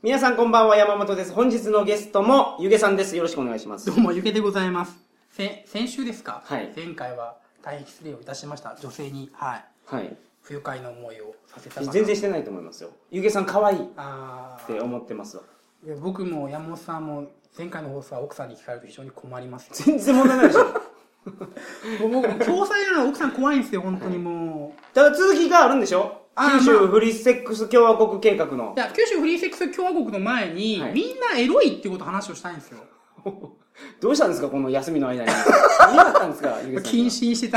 皆さんこんばんは、山本です。本日のゲストもゆげさんです。よろしくお願いします。 どうもゆげでございます。先週ですか、 はい、 前回は大変失礼をいたしました。女性に、はい、不愉快な思いをさせたかな。 全然してないと思いますよ。ゆげさん可愛いって思ってますわ。 いや僕も山本さんも前回の放送は奥さんに聞かれると非常に困ります。 全然問題ないでしょ。 僕共済なの奥さん怖いんですよ、本当にもう。 ただ続きがあるんでしょ。九州フリーセックス共和国計画の。 いや、九州フリーセックス共和国の前に、みんなエロいってこと話をしたいんですよ。 どうしたんですか、この休みの間に。何があったんですか、ゆげさん。 謹慎してた。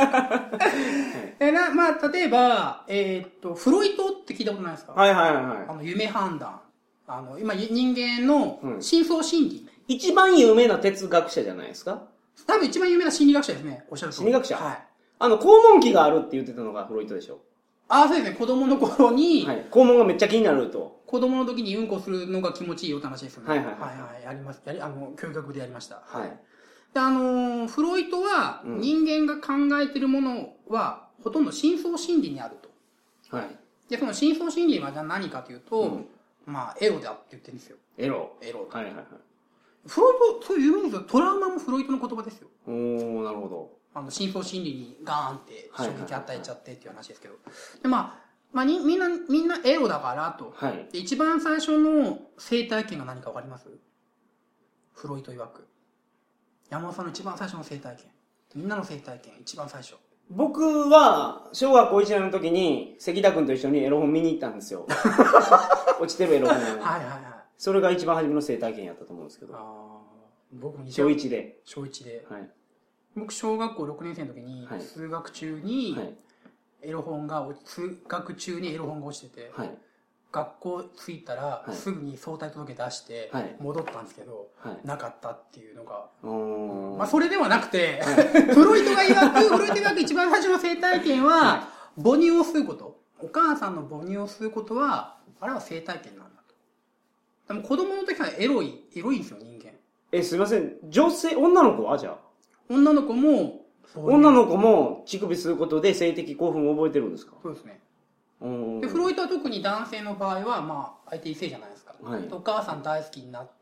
まあ、例えば、フロイトって聞いたことないですか？ はいはいはい。 夢判断。今、人間の深層心理、 一番有名な哲学者じゃないですか？ 多分一番有名な心理学者ですね。おっしゃるとおり。 心理学者？ はい。 肛門期があるって言ってたのがフロイトでしょ？ そうですね。子供の頃に、 はい、肛門がめっちゃ気になると。 子供の時にうんこするのが気持ちいいよって話ですよね。 はいはいはい。 はいはい。やります。教育学部でやりました。 はい。 で、フロイトは、人間が考えてるものは、ほとんど深層心理にあると。 はい。 で、その深層心理はじゃあ何かというと、まあ、エロだって言ってるんですよ。 エロ。 はいはいはい。 フロイト、そういう有名ですよ。トラウマもフロイトの言葉ですよ。 なるほど。 深層心理にガーンって衝撃与えちゃってっていう話ですけど。で、まあ、みんなエロだからと。 はい。 で、一番最初の生体験が何かわかります？フロイト曰く。山本さんの一番最初の生体験。みんなの生体験、一番最初。 僕は、小学校1年の時に、関田君と一緒にエロ本見に行ったんですよ。落ちてるエロ本を。はいはいはい。それが一番初めの生体験やったと思うんですけど。 僕も小1で。 小1で。 はい。 僕、小学校6年生の時に、通学中に、通学中にエロ本が落ちてて、学校着いたら、すぐに相対届出して、戻ったんですけど、なかったっていうのが、まあ、それではなくて、フロイトが曰く一番最初の生体験は、母乳を吸うこと。お母さんの母乳を吸うことは、あれは生体験なんだと。でも子供の時はエロいんですよ、人間。 すいません。女の子はじゃあ女の子も乳首吸うことで性的興奮を覚えてるんですか？ そうですね。で、フロイトは特に男性の場合は、まあ、相手異性じゃないですか。お母さん大好きになって、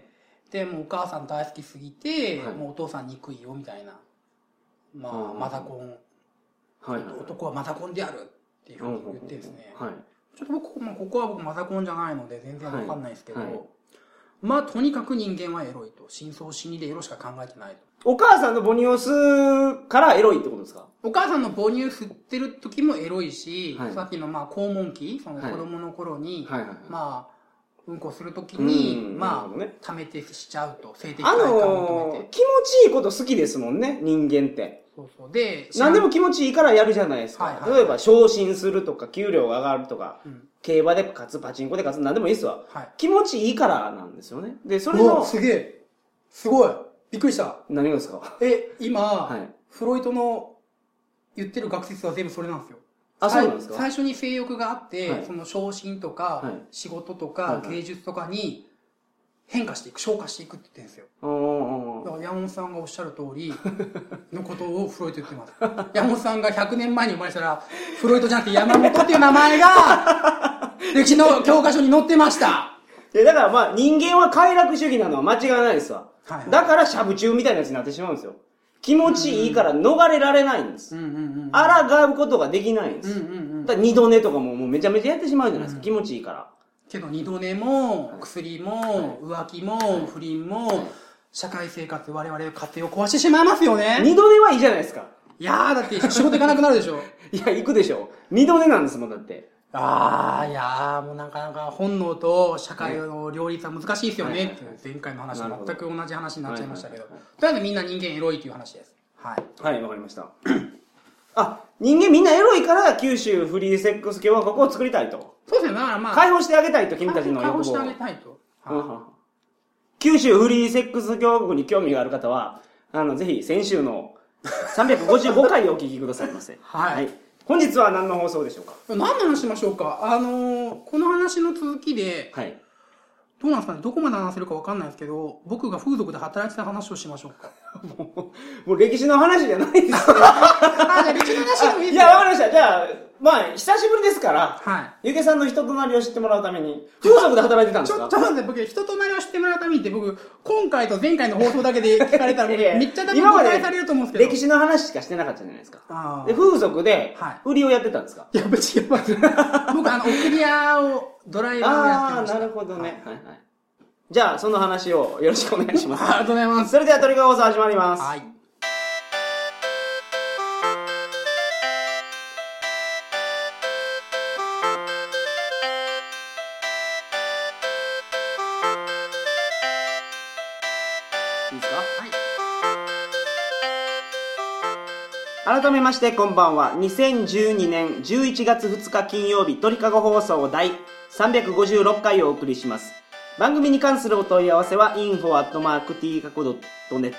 で、もうお母さん大好きすぎて、もうお父さん憎いよ、みたいな。まあ、マザコン。男はマザコンであるっていうふうに言ってですね。ちょっと僕、ここは僕マザコンじゃないので全然わかんないですけど、まあ、とにかく人間はエロいと。深層心理でエロしか考えてないと。 お母さんの母乳を吸うからエロいってことですか？ お母さんの母乳吸ってる時もエロいし、さっきのまあ肛門期、その子供の頃に、まあ、うんこする時に、まあ、溜めてしちゃうと。性的快感を求めて。 気持ちいいこと好きですもんね、人間って。 そうそう。で、 何でも気持ちいいからやるじゃないですか。例えば、昇進するとか、給料が上がるとか、競馬で勝つ、パチンコで勝つ、何でもいいですわ。気持ちいいからなんですよね。で、それの。 すげえ。すごい。びっくりした。 何がですか？ 今、フロイトの言ってる学説は全部それなんですよ。 そうなんですか？ 最初に性欲があって、その昇進とか、仕事とか、芸術とかに変化していく、昇華していくって言ってるんですよ。だから山本さんがおっしゃる通りのことをフロイト言ってます。山本さんが100年前に生まれたら、フロイトじゃなくて山本っていう名前が、歴史の教科書に載ってました。 だからまあ、人間は快楽主義なのは間違いないですわ。だからしゃぶ中みたいなやつになってしまうんですよ。気持ちいいから逃れられないんです。抗うことができないんです。だから二度寝とかももうめちゃめちゃやってしまうじゃないですか。気持ちいいから。 けど二度寝も、薬も、浮気も、不倫も、社会生活、我々家庭を壊してしまいますよね。 二度寝はいいじゃないですか。 いやー、だって仕事行かなくなるでしょ。 いや、行くでしょ。二度寝なんですもん、だって。 いやー、もうなかなか本能と社会の両立は難しいですよねっていう前回の話と全く同じ話になっちゃいましたけど。とりあえずみんな人間エロいという話です。はい、 わかりました。人間みんなエロいから九州フリーセックス共和国を作りたいと。 そうですね、だからまあ。 解放してあげたいと、君たちの欲望を。 解放してあげたいと。 九州フリーセックス共和国に興味がある方は、ぜひ先週の355回をお聞きくださいませ。はい。本日は何の放送でしょうか？ 何の話しましょうか？この話の続きで、どうなんですかね、どこまで話せるか分かんないですけど、僕が風俗で働いてた話をしましょうか。 もう歴史の話じゃないですね。 じゃあ歴史の話でもいいですか？ いや、わかりました。じゃあ、 まあ、久しぶりですから、はい。ゆけさんの人となりを知ってもらうために、風俗で働いてたんですか？ ちょっと待って、僕、人となりを知ってもらうためにって、僕、今回と前回の放送だけで聞かれたら、めっちゃ多分誤解されると思うんですけど。 歴史の話しかしてなかったじゃないですか。で、風俗で、売りをやってたんですか？ いや、別に、僕、送り屋を、ドライバーをやってました。 なるほどね。はいはい。じゃあ、その話をよろしくお願いします。 ありがとうございます。 それでは、トリガー放送始まります。 はい。 改めましてこんばんは。2012年11月2日金曜日、鳥かご放送第356回をお送りします。番組に関するお問い合わせは info@tkago.net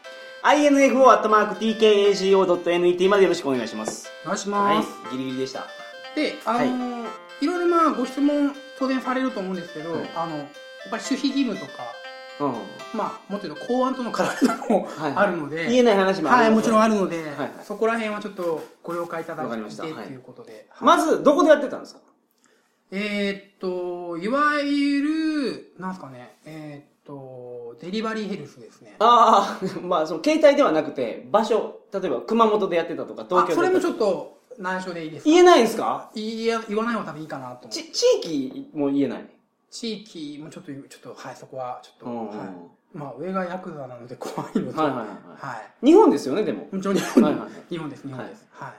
info@tkago.net までよろしくお願いします。 お願いします。 はい、ギリギリでした。 で、いろいろご質問当然されると思うんですけど、やっぱり守秘義務とか、まあ、もっと言うと公安との絡みもあるので、 言えない話もあるので、 はい、もちろんあるので、そこら辺はちょっとご了解いただいてっていうことで。 まず、どこでやってたんですか？ いわゆる、なんすかね、デリバリーヘルスですね。 ああ、まあ、その、携帯ではなくて、場所、例えば熊本でやってたとか、東京でやってたとか。 それもちょっと、内緒でいいですか？ 言えないんですか？ 言わない方が多分いいかなと思って。 地域も言えない？ 地域もちょっと、はい、そこは、ちょっと、はい。まあ、上がヤクザなので怖いので。はい。 日本ですよね、でも。 もちろん日本です。はい。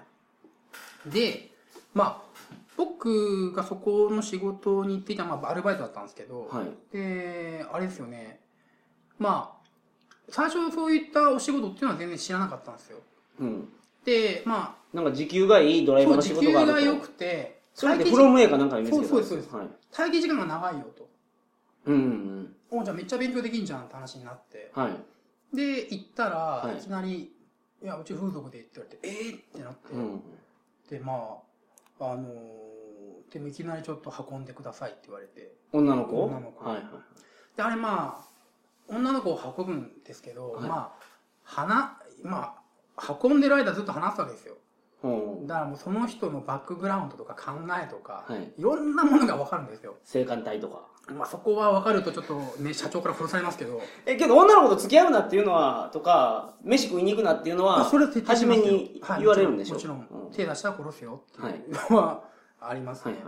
で、まあ、僕がそこの仕事に行っていた、まあ、アルバイトだったんですけど、で、あれですよね。まあ、最初そういったお仕事っていうのは全然知らなかったんですよ。で、まあ、 なんか時給がいいドライバーの仕事があると。 時給が良くて、 それでフロムエかなんか見つけた。 そうです。待機時間が長いよと。じゃあめっちゃ勉強できんじゃんって話になって。で、行ったら、いきなり、いや、うち風俗でって言われて、ってなって。で、まあ、でもいきなりちょっと運んでくださいって言われて。 女の子。 で、あれまあ、女の子を運ぶんですけど、まあ、運んでる間ずっと話すわけですよ。だからもうその人のバックグラウンドとか考えとか、いろんなものが分かるんですよ。 性感帯とか。 まあそこは分かるとちょっとね、社長から殺されますけど。 けど女の子と付き合うなっていうのは、とか、飯食いに行くなっていうのは、初めに言われるんでしょ？ もちろん。手出したら殺すよっていうのはありますね。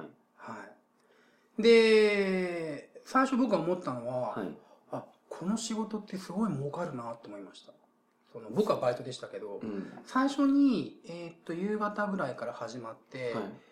で、最初僕が思ったのは、この仕事ってすごい儲かるなって思いました。僕はバイトでしたけど、最初に、夕方ぐらいから始まって、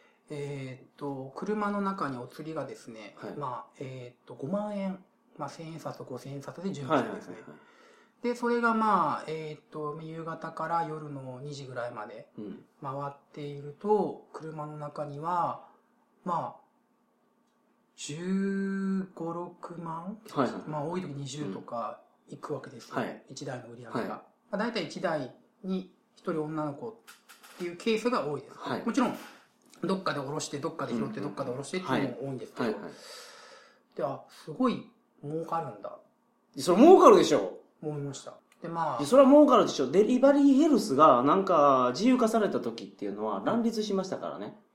車の中にお釣りがですね、まあ、5万円、まあ、1000円札と5000円札で準備するんですね。で、それがまあ、夕方から夜の2時ぐらいまで回っていると、車の中には、まあ、15、6万、まあ、多い時20とかいくわけですよね。1台の売り上げが。だいたい1台に1人女の子っていうケースが多いです。もちろん、どっかで下ろして、どっかで拾って、どっかで下ろしてっていうのも多いんですけど。で、すごい儲かるんだ。 それ儲かるでしょ？ 思いました。で、まあ。 それは儲かるでしょ。デリバリーヘルスがなんか自由化された時っていうのは乱立しましたからね。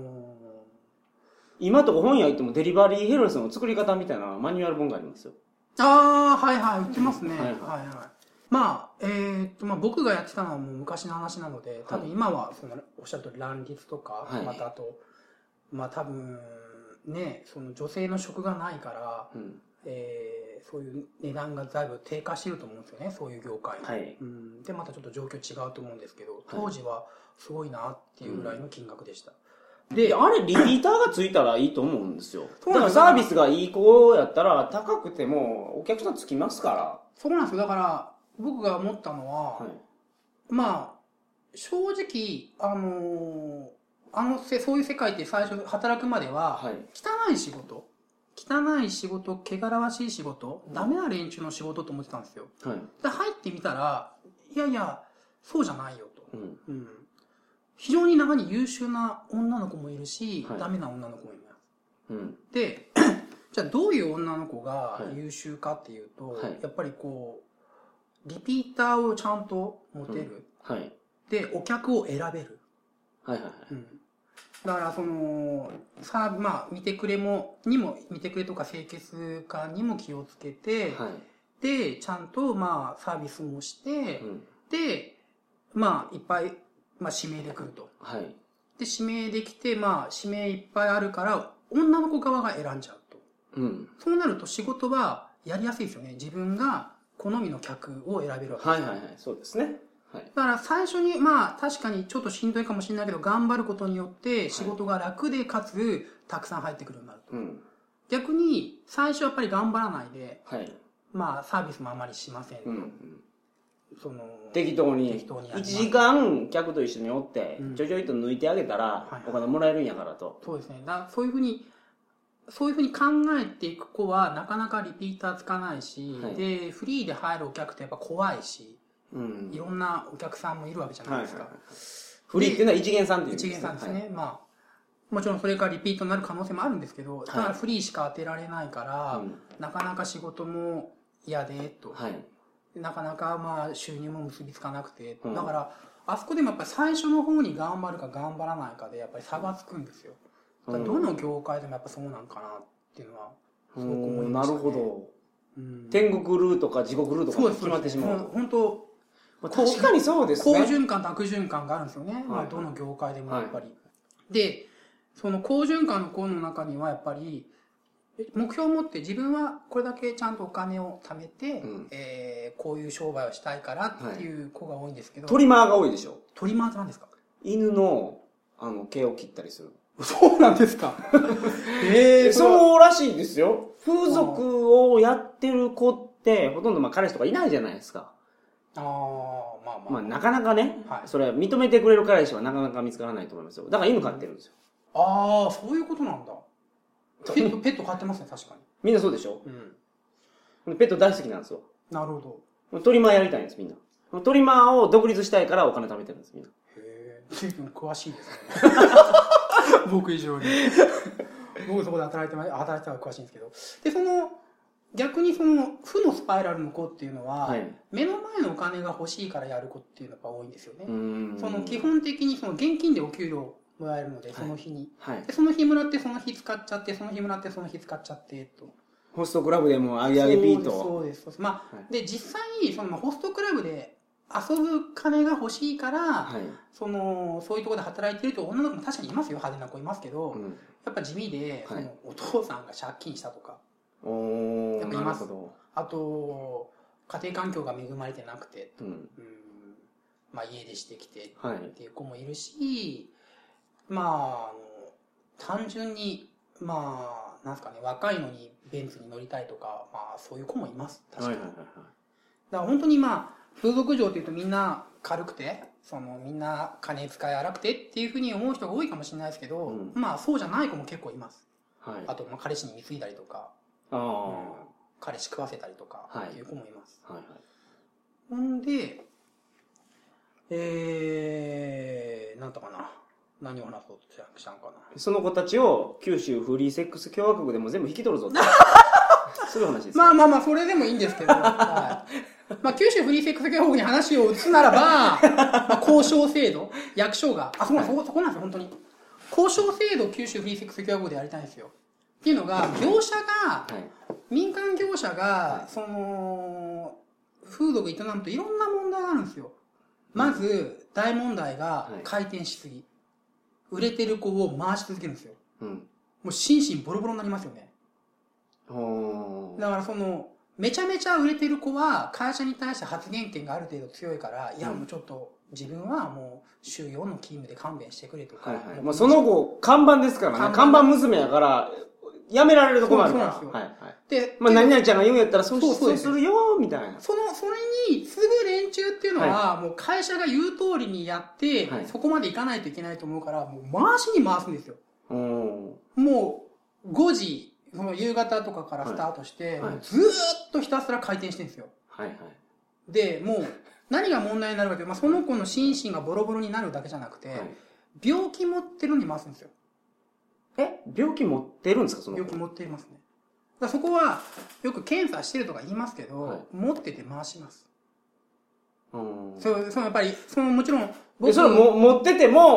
今とか本屋行ってもデリバリーヘルスの作り方みたいなマニュアル本がありますよ。 売ってますね。まあ、まあ僕がやってたのはもう昔の話なので、多分今はおっしゃる通り乱立とか、またあと、まあ多分、ね、女性の職がないから、そういう値段がだいぶ低下してると思うんですよね、そういう業界の。で、またちょっと状況違うと思うんですけど、当時はすごいなっていうぐらいの金額でした。 で、あれ、リピーターがついたらいいと思うんですよ。だからサービスがいい子やったら、高くてもお客さんつきますから。 そうなんですよ。だから、僕が思ったのは、まあ、正直、そういう世界って最初働くまでは、汚い仕事、汚らわしい仕事、ダメな連中の仕事と思ってたんですよ。で、入ってみたら、いやいや、そうじゃないよと。非常に中に優秀な女の子もいるし、ダメな女の子もいます。で、じゃあどういう女の子が優秀かっていうと、やっぱりこう、リピーターをちゃんと持てる。で、お客を選べる。 だから見てくれとか清潔感にも気をつけて、はい、でちゃんとサービスもして、うん、でいっぱい指名で来ると、はい、で指名できて指名いっぱいあるから女の子側が選んじゃうと、うん、そうなると仕事はやりやすいですよね。自分が好みの客を選べるわけです。 はいはいはい、そうですね。はい、 だから最初に確かにちょっとしんどいかもしれないけど頑張ることによって仕事が楽でかつたくさん入ってくるようになると、うん、逆に最初やっぱり頑張らないで、はい、サービスもあまりしませんと、うんうん、 適当に1時間客と一緒におって、うん、ちょいちょいと抜いてあげたらお金もらえるんやからと、はいはい、 そうですね。だからそういうふうに考えていく子はなかなかリピーターつかないし、はい、でフリーで入るお客ってやっぱ怖いし、うん、いろんなお客さんもいるわけじゃないですか、はいはいはい、 フリーっていうのは一元さんっていう一元さんですね、はい、もちろんそれからリピートになる可能性もあるんですけど、ただフリーしか当てられないから、はい、なかなか仕事も嫌でと、はい、なかなか収入も結びつかなくて、だからあそこでもやっぱり最初の方に頑張るか頑張らないかでやっぱり差がつくんですよ。どの業界でもやっぱそうなんかなっていうのはすごく思いましたね。 なるほど、うん、天国ルートか地獄ルートか決まってしまうと。 本当確かにそうですね。 好循環と悪循環があるんですよね、はい、どの業界でもやっぱり、はい、でその好循環の子の中にはやっぱり目標を持って自分はこれだけちゃんとお金を貯めて、うんこういう商売をしたいからっていう子が多いんですけど、はい、 トリマーが多いでしょ。 トリマーって何ですか？ 犬の毛を切ったりする。 そうなんですか。 そうらしいですよ。風俗をやってる子ってほとんど彼氏とかいないじゃないですか。なかなかね、はい、それは認めてくれる彼氏はなかなか見つからないと思いますよ。だから犬飼ってるんですよ。 ああ、そういうことなんだ。ペット飼ってますね、確かに。 みんなそうでしょ。うん。ペット大好きなんですよ。 なるほど。トリマーやりたいんです、みんな。トリマーを独立したいからお金貯めてるんです、みんな。 へえ。随分詳しいですね。僕以上に。僕そこで働いてたら詳しいんですけど。で、逆に負のスパイラルの子っていうのは、はい、目の前のお金が欲しいからやる子っていうのが多いんですよね。基本的に現金でお給料もらえるので、その日に、はい。でその日もらってその日使っちゃって、その日もらってその日使っちゃってと。 ホストクラブでも上げ上げピーと。 そうです。はい、で実際ホストクラブで遊ぶ金が欲しいから、はい、そういうところで働いてると女の子も確かにいますよ。派手な子いますけど、やっぱ地味で、はい、お父さんが借金したとか。やっぱいます。あと家庭環境が恵まれてなくて、家出してきてっていう子もいるし、単純になんですかね、若いのにベンツに乗りたいとか、そういう子もいます。確かに。だから本当に風俗嬢っていうとみんな軽くて、みんな金使い荒くてっていうふうに思う人が多いかもしれないですけど、そうじゃない子も結構います。はい、あと彼氏に貢いだりとか。彼氏食わせたりとかっていう子もいます。はいはいはい、ほんで、なんとかな。何を話そうとしたんかな。 その子たちを九州フリーセックス共和国でも全部引き取るぞって。そういう話です。 それでもいいんですけど。はい、九州フリーセックス共和国に話を移すならば、交渉制度、役所が、そこなんですよ、本当に。交渉制度九州フリーセックス共和国でやりたいんですよ。っていうのが、業者が、民間業者が、風俗営むといろんな問題があるんですよ。まず、大問題が回転しすぎ。売れてる子を回し続けるんですよ。もう心身ボロボロになりますよね。だからめちゃめちゃ売れてる子は、会社に対して発言権がある程度強いから、いやもうちょっと、自分はもう週4の勤務で勘弁してくれとか。 その後、看板ですからね。看板娘やから、やめられるところもあるから。そうなんですよ。で、何々ちゃんが言うんやったら、そうするよ、みたいな。 それに次ぐ連中っていうのは、もう会社が言う通りにやって、そこまで行かないといけないと思うから、もう回しに回すんですよ。もう、5時、夕方とかからスタートして、ずーっとひたすら回転してるんですよ。で、もう、何が問題になるかというと、その子の心身がボロボロになるだけじゃなくて、病気持ってるのに回すんですよ。 病気持ってるんですか、その子。 病気持っていますね。だそこは、よく検査してるとか言いますけど、持ってて回します。やっぱり、もちろん、 それ持ってても、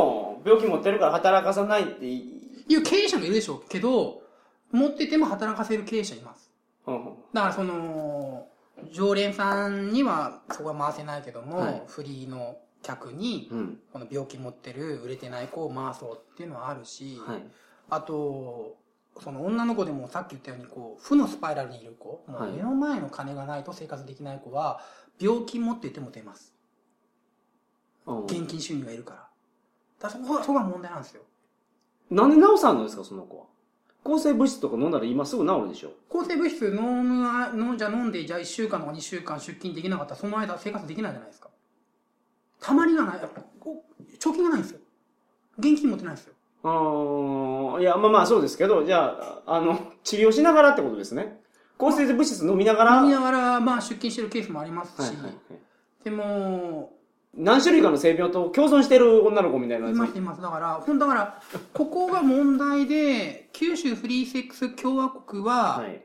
病気持ってるから働かさないっていう経営者もいるでしょうけど、持ってても働かせる経営者います。だから常連さんにはそこは回せないけども、はい、フリーの客に、この病気持ってる売れてない子を回そうっていうのはあるし、はい、あと、その女の子でもさっき言ったように負のスパイラルにいる子、もう目の前の金がないと生活できない子は、病気持ってても出ます。現金収入がいるから。そこが問題なんですよ。 なんで治さんのですか、その子は。抗生物質とか飲んだら今すぐ治るでしょ。 抗生物質飲んで、じゃあ1週間とか2週間出勤できなかったら、その間生活できないじゃないですか。たまりがない。貯金がないんですよ。現金持ってないんですよ。 いや、まあそうですけど、じゃあ、治療しながらってことですね。抗生物質飲みながら。 まあ出勤してるケースもありますし。はいはいはい、でも、 何種類かの性病と共存してる女の子みたいなやつ。 います。だから、ここが問題で、九州フリーセックス共和国は、はい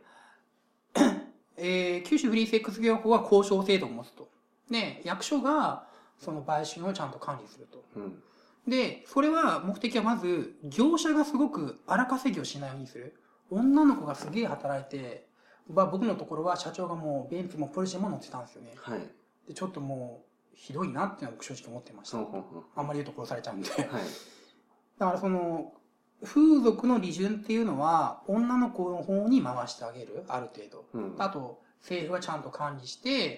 九州フリーセックス共和国は交渉制度を持つと。で、役所が、その売春をちゃんと管理すると。で、それは、目的はまず、業者がすごく荒稼ぎをしないようにする。女の子がすげえ働いて、僕のところは社長がもう、ベンツもポルシェも乗ってたんですよね。はい。で、ちょっともう、ひどいなっていうのは僕正直思ってました。あんまり言うと殺されちゃうんで。はい、だから風俗の利潤っていうのは、女の子の方に回してあげる、ある程度。あと、政府はちゃんと管理して、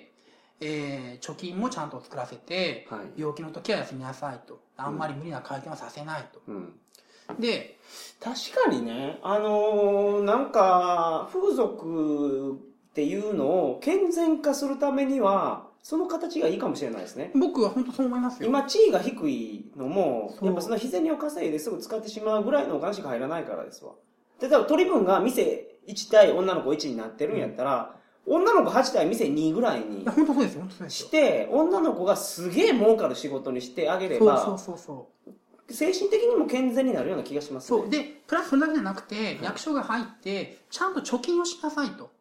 貯金もちゃんと作らせて、はい、病気の時は休みなさいと。あんまり無理な回転はさせないと。で、 確かにね、なんか、風俗っていうのを健全化するためには、その形がいいかもしれないですね。 僕は本当そう思いますよ。 今、地位が低いのも、やっぱその日銭を稼いですぐ使ってしまうぐらいのお金しか入らないからですわ。で、多分取り分が店1対女の子1になってるんやったら、女の子8対店2ぐらいに本当そうですよ、本当そうです。 して、女の子がすげえ儲かる仕事にしてあげれば、精神的にも健全になるような気がしますね。 そう。で、プラスそれだけじゃなくて、役所が入って、ちゃんと貯金をしなさいと。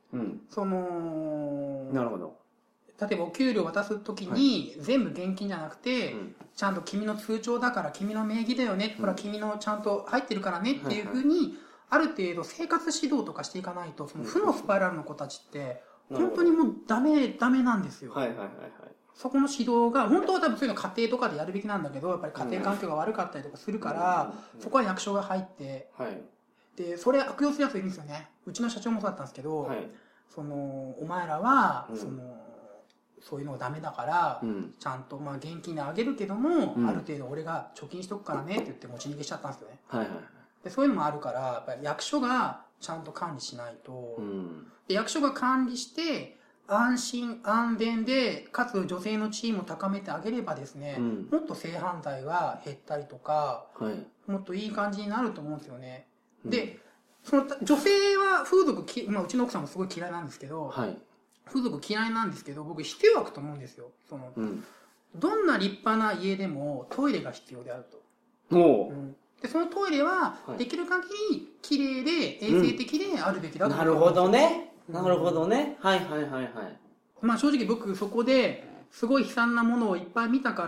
なるほど。 例えばお給料渡すときに全部現金じゃなくて、ちゃんと君の通帳だから君の名義だよね、ほら君のちゃんと入ってるからねっていうふうに、ある程度生活指導とかしていかないと、その負のスパイラルの子たちって、本当にもうダメなんですよ。そこの指導が、本当は多分そういうの家庭とかでやるべきなんだけど、やっぱり家庭環境が悪かったりとかするから、そこは役所が入って、で、それ悪用するやついるんですよね。うちの社長もそうだったんですけど、お前らは、そういうのがダメだから、ちゃんと現金であげるけども、ある程度俺が貯金しとくからねって言って持ち逃げしちゃったんですよね。でそういうのもあるから、やっぱり役所がちゃんと管理しないと、で役所が管理して、安心安全で、かつ女性の地位も高めてあげればですね、もっと性犯罪は減ったりとか、もっといい感じになると思うんですよね。で、女性は風俗うちの奥さんもすごい嫌いなんですけど、風俗嫌いなんですけど、僕必要悪と思うんですよ。どんな立派な家でもトイレが必要であると。で、そのトイレは、できる限り綺麗で衛生的であるべきだと思うんですよ。 なるほどね。なるほどね。はい。 正直僕そこですごい悲惨なものをいっぱい見たから、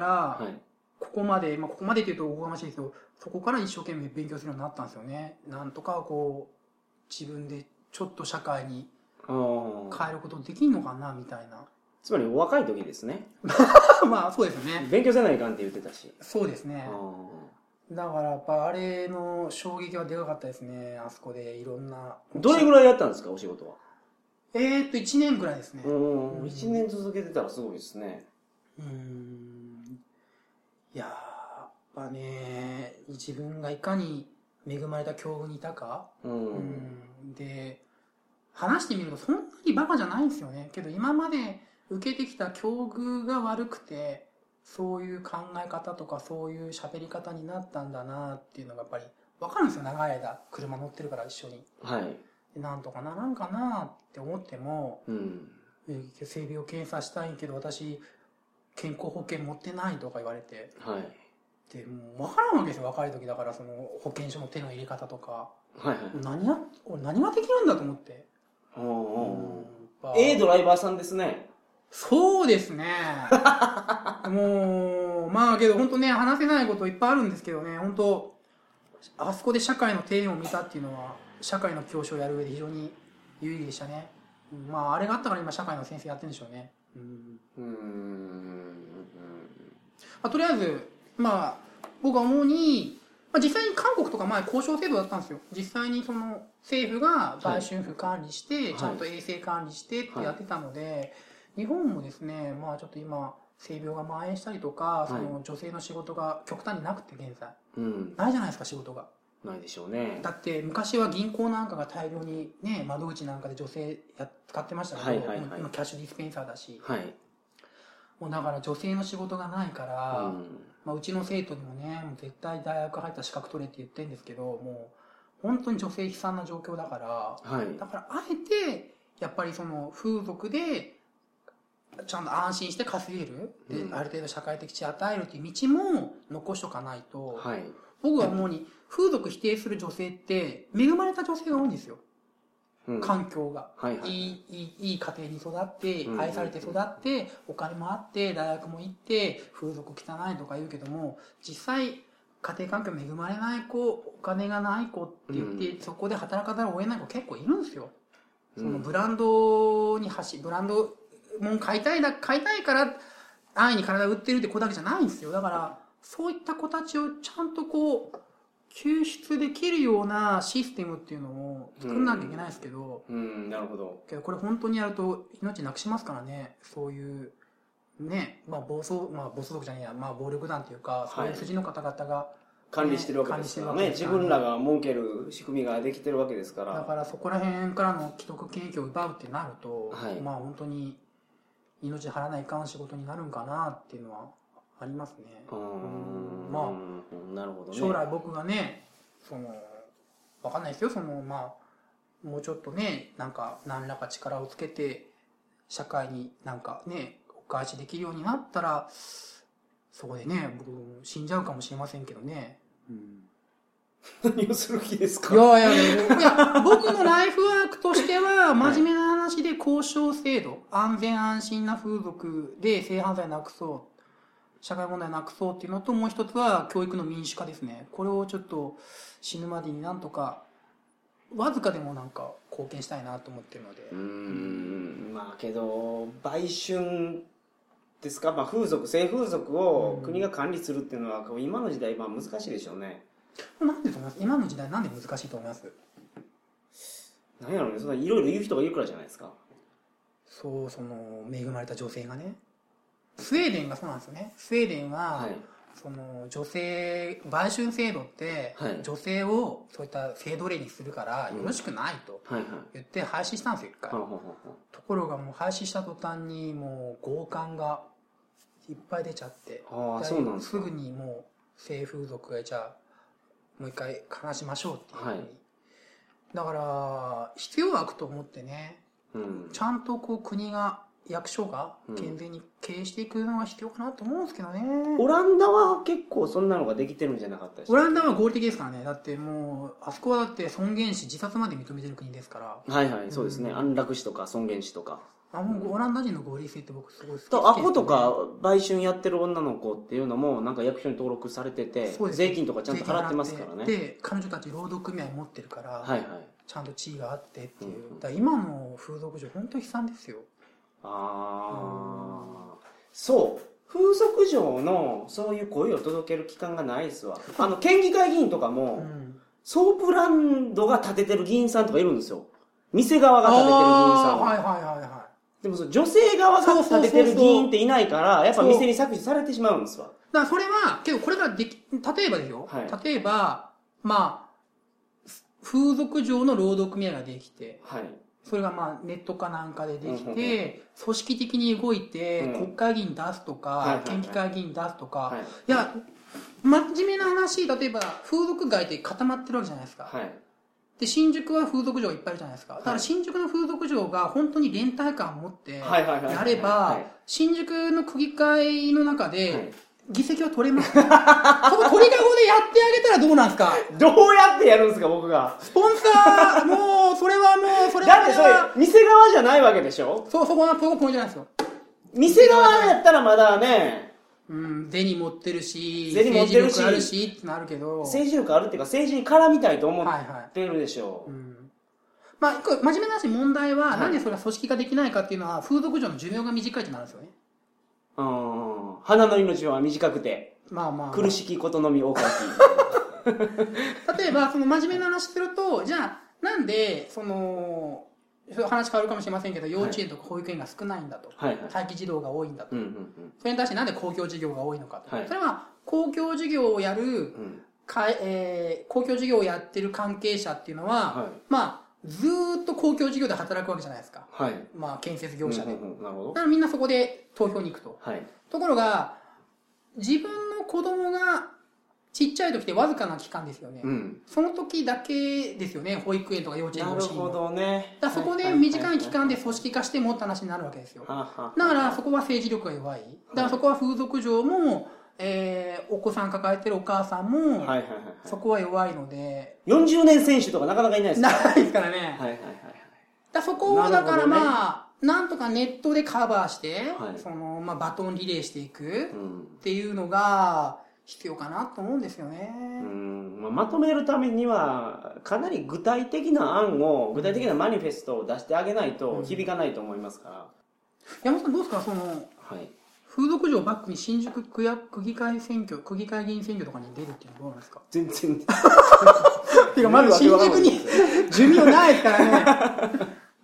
ここまでって言うとおこがましいですけど、そこから一生懸命勉強するようになったんですよね。なんとか自分でちょっと社会に変えることできんのかなみたいな。 つまりお若い時ですね。 そうですね。 勉強せないかんって言ってたし。 そうですね。だからやっぱあれの衝撃はでかかったですね。あそこでいろんな。 どれぐらいやったんですか、お仕事は。 1年ぐらいですね。 1年続けてたらすごいですね。 いややっぱね、自分がいかに恵まれた境遇にいたか。で、話してみるとそんなにバカじゃないんですよね。けど今まで受けてきた境遇が悪くて、そういう考え方とかそういう喋り方になったんだなっていうのがやっぱり分かるんですよ。長い間車乗ってるから一緒に。でなんとかならんかなって思っても、性病検査したいけど私健康保険持ってないとか言われて、でもう分からんわけですよ。若い時だからその保険証の手の入れ方とか、何ができるんだと思って。 ドライバーさんですね。 そうですね。もう、まあけど本当ね、話せないこといっぱいあるんですけどね、本当あそこで社会の底辺を見たっていうのは、社会の教師をやる上で非常に有意義でしたね。まあ、あれがあったから今社会の先生やってるんでしょうね。とりあえず、まあ、僕は思うに、実際に韓国とか前交渉制度だったんですよ。実際にその政府が売春婦管理して、ちゃんと衛生管理してってやってたので、日本もですね、まあちょっと今、性病が蔓延したりとか、その女性の仕事が極端になくて現在。ないじゃないですか、仕事が。 ないでしょうね。 だって昔は銀行なんかが大量にね、窓口なんかで女性使ってましたけど、今キャッシュディスペンサーだし。もうだから女性の仕事がないから、うちの生徒にもね、もう絶対大学入った資格取れって言ってるんですけど、もう本当に女性悲惨な状況だから、だからあえて、やっぱりその風俗で、ちゃんと安心して稼げる、である程度社会的地位を与えるっていう道も残しとかないと、僕は思うに風俗否定する女性って恵まれた女性が多いんですよ。環境が、いい家庭に育って、愛されて育って、お金もあって、大学も行って、風俗汚いとか言うけども、実際、家庭環境恵まれない子、お金がない子って言って、そこで働かざるを得ない子結構いるんですよ。そのブランドブランドも買いたいから安易に体を売ってるって子だけじゃないんですよ。だから、そういった子たちをちゃんとこう、救出できるようなシステムっていうのを作らなきゃいけないですけど、 なるほど。 けどこれ本当にやると命なくしますからね。そういうね、暴走族じゃねえや、暴力団っていうか、そういう筋の方々が、 管理してるわけですからね。自分らが儲ける仕組みができてるわけですから。 だからそこら辺からの既得権益を奪うってなると、本当に命張らないかん仕事になるんかなっていうのはありますね。 なるほどね。 将来僕がね、わかんないですよ、もうちょっとね、何らか力をつけて、社会にお返しできるようになったら、そこでね、僕死んじゃうかもしれませんけどね。 何をする気ですか？ いや、僕のライフワークとしては、真面目な話で交渉制度、安全安心な風俗で性犯罪なくそう。社会問題なくそうっていうのと、もう一つは教育の民主化ですね。これをちょっと死ぬまでになんとか、わずかでも貢献したいなと思ってるので。 けど、売春ですか、性風俗を国が管理するっていうのは、今の時代、難しいでしょうね。 なんでと思います？今の時代なんで難しいと思います？ なんやろうね、そんないろいろ言う人がいるからじゃないですか。 恵まれた女性がね。スウェーデンがそうなんですよね。スウェーデンは、女性、売春制度って、女性をそういった性奴隷にするからよろしくないと言って廃止したんですよ、一回。ところがもう廃止した途端にもう強姦がいっぱい出ちゃって、すぐにもう性風俗がじゃあもう一回話しましょうっていうふうに。だから、必要悪と思ってね、ちゃんと国が、役所が健全に経営していくのが必要かなと思うんですけどね。 オランダは結構そんなのができてるんじゃなかったですか？ オランダは合理的ですからね。だってもう、あそこはだって尊厳死、自殺まで認めてる国ですから。 そうですね。安楽死とか尊厳死とか。 オランダ人の合理性って僕すごい好きです、 アホとか売春やってる女の子っていうのも役所に登録されてて、税金とかちゃんと払ってますからね。 で、彼女たち労働組合持ってるから、ちゃんと地位があってっていう。今の風俗嬢本当に悲惨ですよ。 そう。風俗嬢のそういう声を届ける機関がないですわ。県議会議員とかも、ソープランドが建ててる議員さんとかいるんですよ。店側が建ててる議員さんは。でも女性側が建ててる議員っていないから、やっぱ店に削除されてしまうんですわ。 だからそれは、けどこれが例えばですよ。例えば、風俗嬢の労働組合ができて、それがネットかなんかでできて、組織的に動いて、国会議員出すとか、県議会議員出すとか、いや、真面目な話、例えば、風俗街って固まってるわけじゃないですか。で、新宿は風俗嬢いっぱいいるじゃないですか。だから新宿の風俗嬢が本当に連帯感を持ってやれば、新宿の区議会の中で、議席は取れます。その鳥かごでやってあげたらどうなんですか？ どうやってやるんですか、僕が。 スポンサー、それは。 だってそれ、店側じゃないわけでしょ？ そこがポイントじゃないですよ。 店側やったらまだね、 銭持ってるし、政治力あるしってなるけど。 政治力あるっていうか、政治に絡みたいと思ってるでしょう。 まあ、真面目な話、問題は、なんでそれが組織化できないかっていうのは、風俗嬢の寿命が短いってなるんですよね。 花の命は短くて、苦しきことのみ多かき。 例えば、その真面目な話すると、じゃあ、なんで、話変わるかもしれませんけど、幼稚園とか保育園が少ないんだと。待機児童が多いんだと。それに対してなんで公共事業が多いのかと。それは、公共事業をやる、公共事業をやってる関係者っていうのは、まあ、ずーっと公共事業で働くわけじゃないですか。まあ、建設業者で。だからみんなそこで投票に行くと。ところが、自分の子供がちっちゃい時ってわずかな期間ですよね。その時だけですよね、保育園とか幼稚園の欲しいの。 なるほどね。 だからそこで短い期間で組織化してもって話になるわけですよ。だからそこは政治力が弱い。だからそこは風俗嬢も、お子さん抱えてるお母さんも、そこは弱いので。 40年選手とかなかなかいないですから。ないですからね。だそこをだからまあ、なんとかネットでカバーして、まあバトンリレーしていくっていうのが必要かなと思うんですよね。 まとめるためには、かなり具体的な案を、具体的なマニフェストを出してあげないと響かないと思いますから。 山本さんどうですか風俗嬢をバックに新宿区議会議員選挙とかに出るっていうのはどうなんですか？ 全然。 てかまず新宿に寿命ないですからね。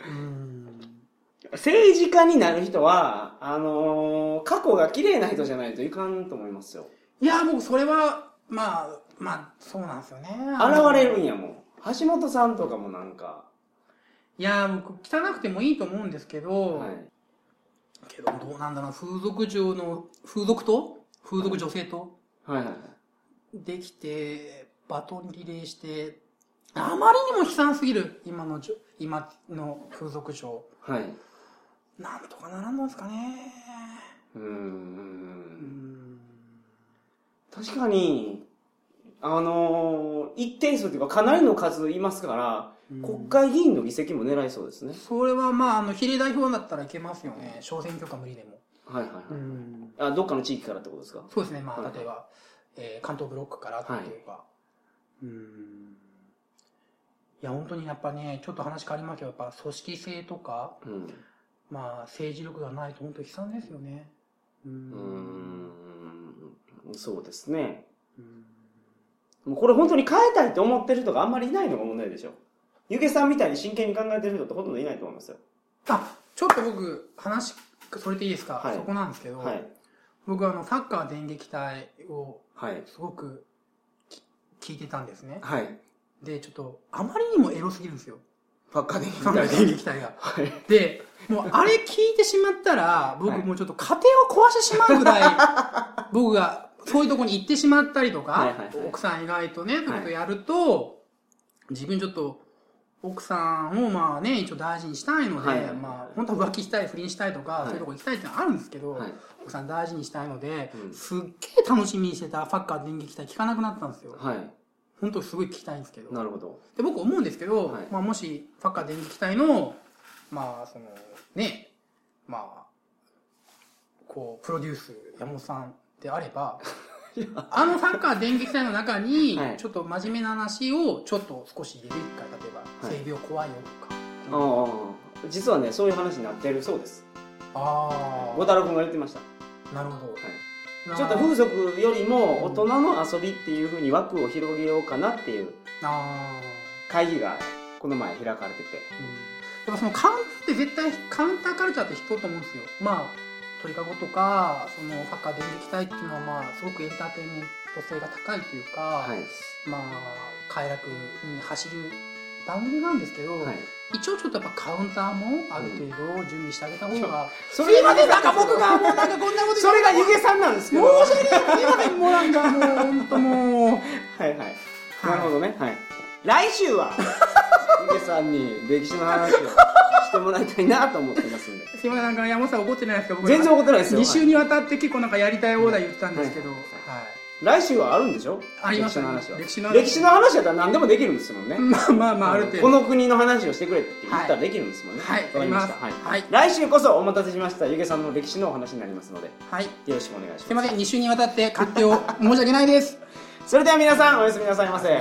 政治家になる人は、過去が綺麗な人じゃないといかんと思いますよ。 いや、僕それは、まあ、そうなんですよね。 現れるんやもん。橋本さんとかもなんか。 いや、僕汚くてもいいと思うんですけど、けどどうなんだろう、風俗女性と、できて、バトンリレーして、あまりにも悲惨すぎる、今の風俗嬢。なんとかならんのですかね。 確かに、一定数というかかなりの数いますから、国会議員の議席も狙いそうですね。 それはまあ、比例代表だったらいけますよね。小選挙区は無理でも。 どっかの地域からってことですか？ そうですね。まあ、例えば、関東ブロックからっていうか。いや、本当にやっぱね、ちょっと話変わりますけど、やっぱ組織性とか、まあ、政治力がないと本当に悲惨ですよね。 そうですね。もうこれ本当に変えたいと思ってる人があんまりいないのが問題でしょ。ゆげさんみたいに真剣に考えてる人ってほとんどいないと思いますよ。 ちょっと僕、話、それでいいですか？そこなんですけど、僕サッカー電撃隊を、すごく聞いてたんですね。で、ちょっと、あまりにもエロすぎるんですよ。 サッカー電撃隊が。で、もうあれ聞いてしまったら、僕もうちょっと家庭を壊してしまうぐらい、僕がそういうとこに行ってしまったりとか、奥さん以外とね、そういうことやると、自分ちょっと、奥さんをまあね、一応大事にしたいので、まあ、本当は浮気したい、不倫したいとか、そういうとこ行きたいってのはあるんですけど、奥さん大事にしたいので、すっげえ楽しみにしてたサッカー電撃隊聞かなくなったんですよ。本当すごい聞きたいんですけど。 なるほど。 で、僕思うんですけど、まあもし、サッカー電撃隊の、まあ、ね、まあ、こう、プロデュース、山本さんであれば、サッカー電撃隊の中に、ちょっと真面目な話を、ちょっと少し入れるか、例えば、性病怖いよとか。実はね、そういう話になってるそうです。小太郎君が言ってました。 なるほど。 ちょっと風俗よりも大人の遊びっていうふうに枠を広げようかなっていう会議がこの前開かれてて。 でもカウンターカルチャーって必要と思うんですよ。まあ、鳥かごとか、サッカー電撃隊っていうのはまあ、すごくエンターテインメント性が高いというか、まあ、快楽に走る番組なんですけど、一応ちょっとやっぱカウンターもある程度準備してあげた方が、すいません、なんか僕がもうなんかこんなことそれがゆげさんなんですけど。 申し訳ない、すいません、もうなんかもう、ほんともう。 なるほどね。来週は、ゆげさんに歴史の話をしてもらいたいなと思ってますんで。 すいません、なんか山本さん怒ってないですか？僕全然怒ってないですよ。 2週にわたって結構なんかやりたい放題言ったんですけど、 来週はあるんでしょ？ ありますね。 歴史の話だったら何でもできるんですもんね。 まあある程度。 この国の話をしてくれって言ったらできるんですもんね。 はい、わかりました。はい。 来週こそお待たせしましたゆげさんの歴史のお話になりますので、はい、よろしくお願いします。 すいません、2週にわたって勝手を申し訳ないです。 それでは皆さんおやすみなさいませ。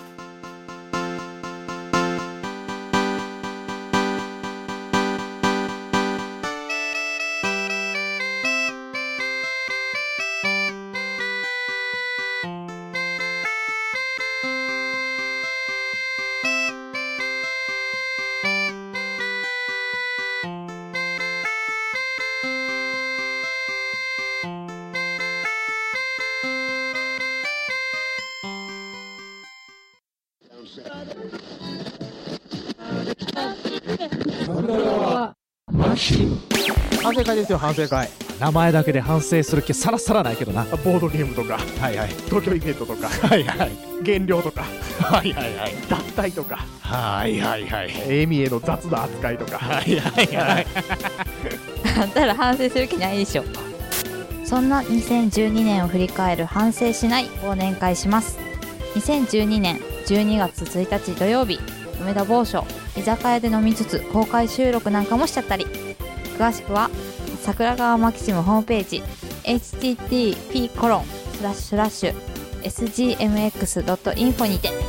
反省会ですよ、反省会。 名前だけで反省する気さらさらないけどな。 ボードゲームとか、はいはい、東京イベントとか、はいはい、減量とか、はいはいはい、脱退とか、はいはいはい、エミへの雑な扱いとか、はいはいはい。 あんたら反省する気ないでしょ。そんな2012年を振り返る反省しない忘年会します。2012年12月1日土曜日、梅田某所居酒屋で飲みつつ公開収録なんかもしちゃったり。詳しくは桜川マキシムホームページ http://sgmx.info にて。